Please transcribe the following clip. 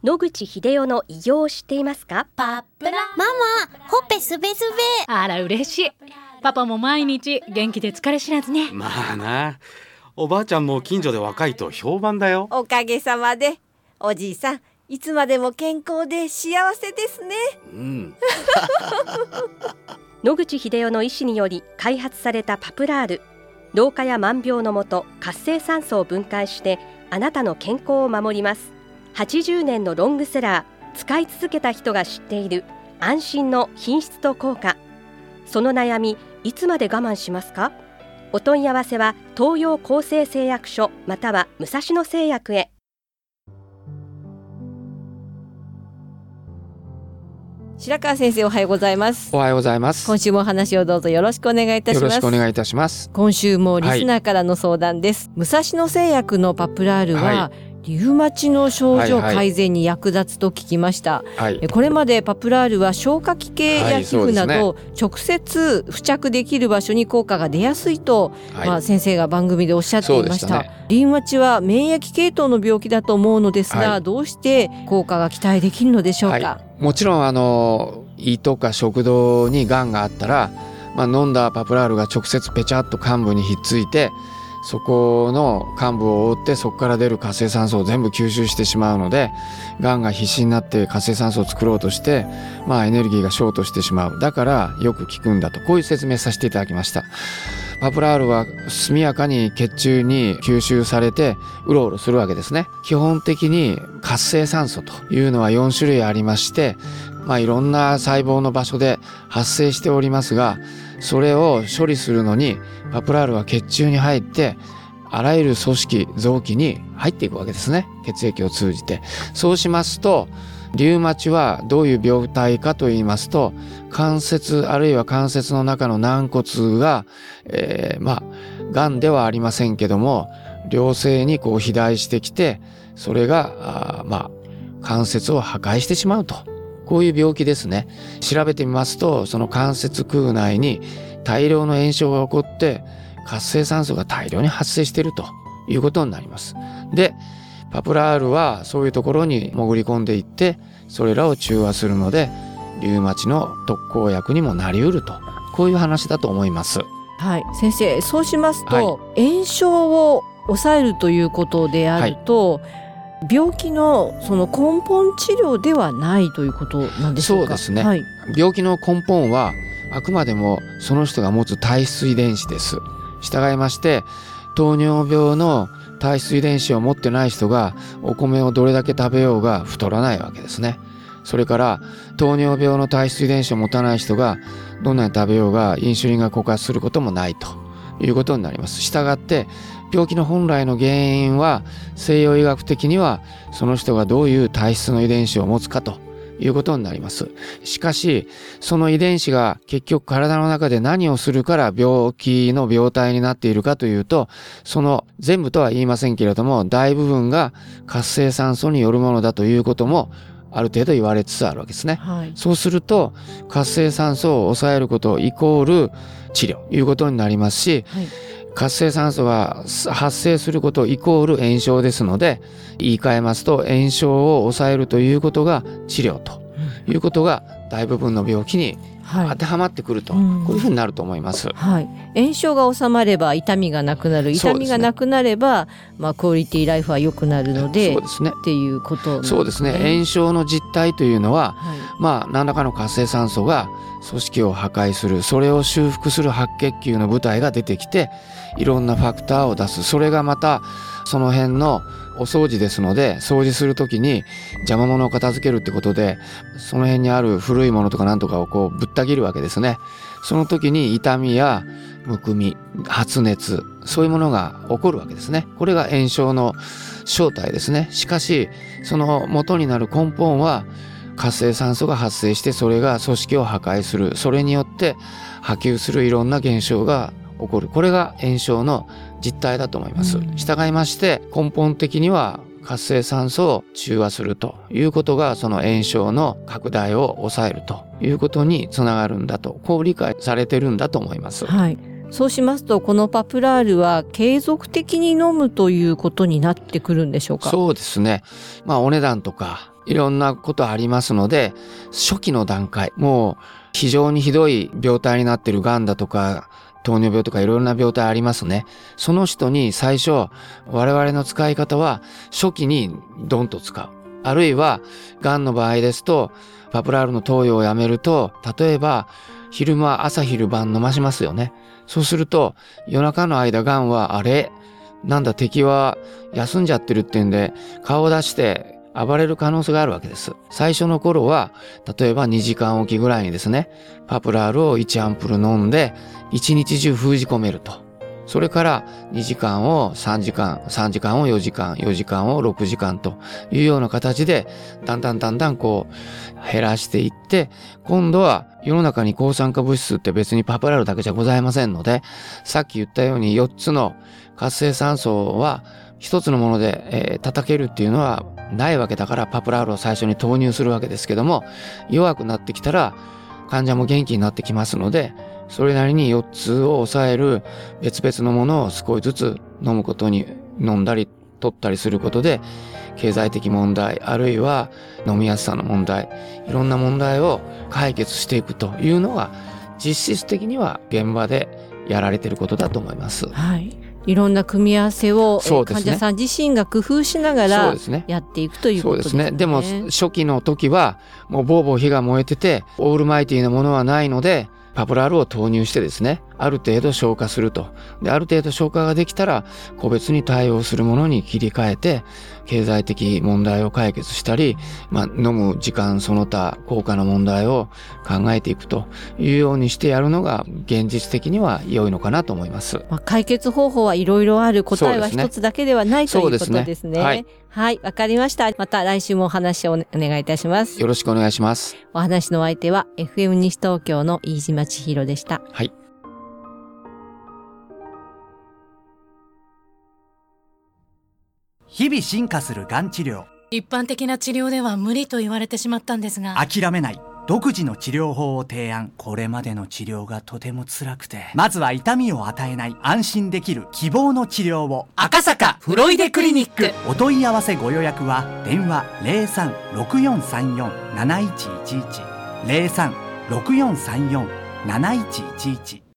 野口英世の偉業を知っていますか？ パプラママ、ほっぺすべすべ。 あら嬉しい。パパも毎日元気で疲れ知らずね。 まあな、おばあちゃんも近所で若いと評判だよ。 おかげさまで。おじいさん、いつまでも健康で幸せですね。 野口英世の医師により開発されたパプラール。老化や万病のもと活性酸素を分解してあなたの健康を守ります。80年のロングセラー、使い続けた人が知っている安心の品質と効果。その悩み、いつまで我慢しますか？お問い合わせは東洋厚生製薬所または武蔵野製薬へ。 白川先生、おはようございます。 おはようございます。 今週もお話をどうぞよろしくお願いいたします。 よろしくお願いいたします。 今週もリスナーからの相談です。武蔵野製薬のパプラールは、リウマチの症状改善に役立つと聞きました、これまでパプラールは消化器系や皮膚など、直接付着できる場所に効果が出やすいと、先生が番組でおっしゃっていました。リウマチは免疫系統の病気だと思うのですが、どうして効果が期待できるのでしょうか？ もちろん胃とか食道にがんがあったら、飲んだパプラールが直接ペチャッと患部にひっついて、そこの患部を覆ってそこから出る活性酸素を全部吸収してしまうので、がんが必死になって活性酸素を作ろうとして、エネルギーがショートしてしまう。だからよく効くんだと、こういう説明させていただきました。パプラールは速やかに血中に吸収されてうろうろするわけですね。基本的に活性酸素というのは4種類ありまして、いろんな細胞の場所で発生しておりますが、それを処理するのにパプラールは血中に入ってあらゆる組織臓器に入っていくわけですね。血液を通じて。そうしますと、リウマチはどういう病態かと言いますと、関節あるいは関節の中の軟骨が、がんではありませんけども、良性に肥大してきて、それが関節を破壊してしまうと。こういう病気ですね。調べてみますと、その関節腔内に大量の炎症が起こって活性酸素が大量に発生しているということになります。で、パプラールはそういうところに潜り込んでいってそれらを中和するので、リウマチの特効薬にもなりうると、こういう話だと思います。 先生、そうしますと、炎症を抑えるということであると、病気のその根本治療ではないということなんでしょうか？ そうですね、病気の根本はあくまでもその人が持つ体質遺伝子です。従いまして、糖尿病の体質遺伝子を持ってない人がお米をどれだけ食べようが太らないわけですね。それから糖尿病の体質遺伝子を持たない人がどんなに食べようがインシュリンが枯渇することもないということになります。したがって病気の本来の原因は西洋医学的にはその人がどういう体質の遺伝子を持つかということになります。しかしその遺伝子が結局体の中で何をするから病気の病態になっているかというと、その全部とは言いませんけれども大部分が活性酸素によるものだということもある程度言われつつあるわけですね、そうすると活性酸素を抑えることイコール治療ということになりますし、活性酸素が発生することイコール炎症ですので、言い換えますと炎症を抑えるということが治療ということが大部分の病気に当てはまってくると、こういうふうになると思います。 炎症が収まれば痛みがなくなる、痛みがなくなれば、クオリティライフは良くなるので、っていうことなんですね。 そうですね。炎症の実態というのは、何らかの活性酸素が組織を破壊する、それを修復する白血球の部隊が出てきていろんなファクターを出す。それがまたその辺のお掃除ですので、掃除するときに邪魔物を片付けるってことでその辺にある古いものとかなんとかをぶった切るわけですね。その時に痛みやむくみ、発熱、そういうものが起こるわけですね。これが炎症の正体ですね。しかしその元になる根本は活性酸素が発生して、それが組織を破壊する、それによって波及するいろんな現象が起こる。これが炎症の実態だと思います。従いまして根本的には活性酸素を中和するということがその炎症の拡大を抑えるということにつながるんだと、こう理解されてるんだと思います。 そうしますとこのパプラールは継続的に飲むということになってくるんでしょうか？ そうですね。お値段とかいろんなことありますので、初期の段階、もう非常にひどい病態になっているがんだとか糖尿病とかいろんな病態ありますね。その人に最初我々の使い方は初期にドンと使う。あるいはがんの場合ですとパプラールの投与をやめると、例えば昼間朝昼晩飲ましますよね。そうすると夜中の間がんはあれなんだ敵は休んじゃってるっていうんで顔を出して暴れる可能性があるわけです。最初の頃は例えば2時間おきぐらいにですねパプラールを1アンプル飲んで1日中封じ込めると。それから2時間を3時間、3時間を4時間、4時間を6時間というような形でだんだんこう減らしていって、今度は世の中に抗酸化物質って別にパプラールだけじゃございませんので、さっき言ったように4つの活性酸素は一つのもので、叩けるっていうのはないわけだからパプラールを最初に投入するわけですけども、弱くなってきたら患者も元気になってきますので、それなりに4つを抑える別々のものを少しずつ飲むことに飲んだり取ったりすることで経済的問題あるいは飲みやすさの問題いろんな問題を解決していくというのが実質的には現場でやられていることだと思います。 はい。いろんな組み合わせを、患者さん自身が工夫しながらやっていくということですね。 でも初期の時はもうボーボー火が燃えててオールマイティーなものはないのでパプラールを投入してですね、ある程度消化すると。で、ある程度消化ができたら、個別に対応するものに切り替えて、経済的問題を解決したり、飲む時間その他効果の問題を考えていくというようにしてやるのが現実的には良いのかなと思います。 解決方法はいろいろある、答えは一つだけではないということですね。はい。はい、わかりました。また来週もお話をお願いいたします。 よろしくお願いします。 お話の相手は FM 西東京の飯島千尋でした。 はい。 日々進化するがん治療。 一般的な治療では無理と言われてしまったんですが、 諦めない。独自の治療法を提案。これまでの治療がとても辛くて、まずは痛みを与えない安心できる希望の治療を。 赤坂フロイデクリニック。 お問い合わせご予約は電話 03-6434-7111 03-6434-7111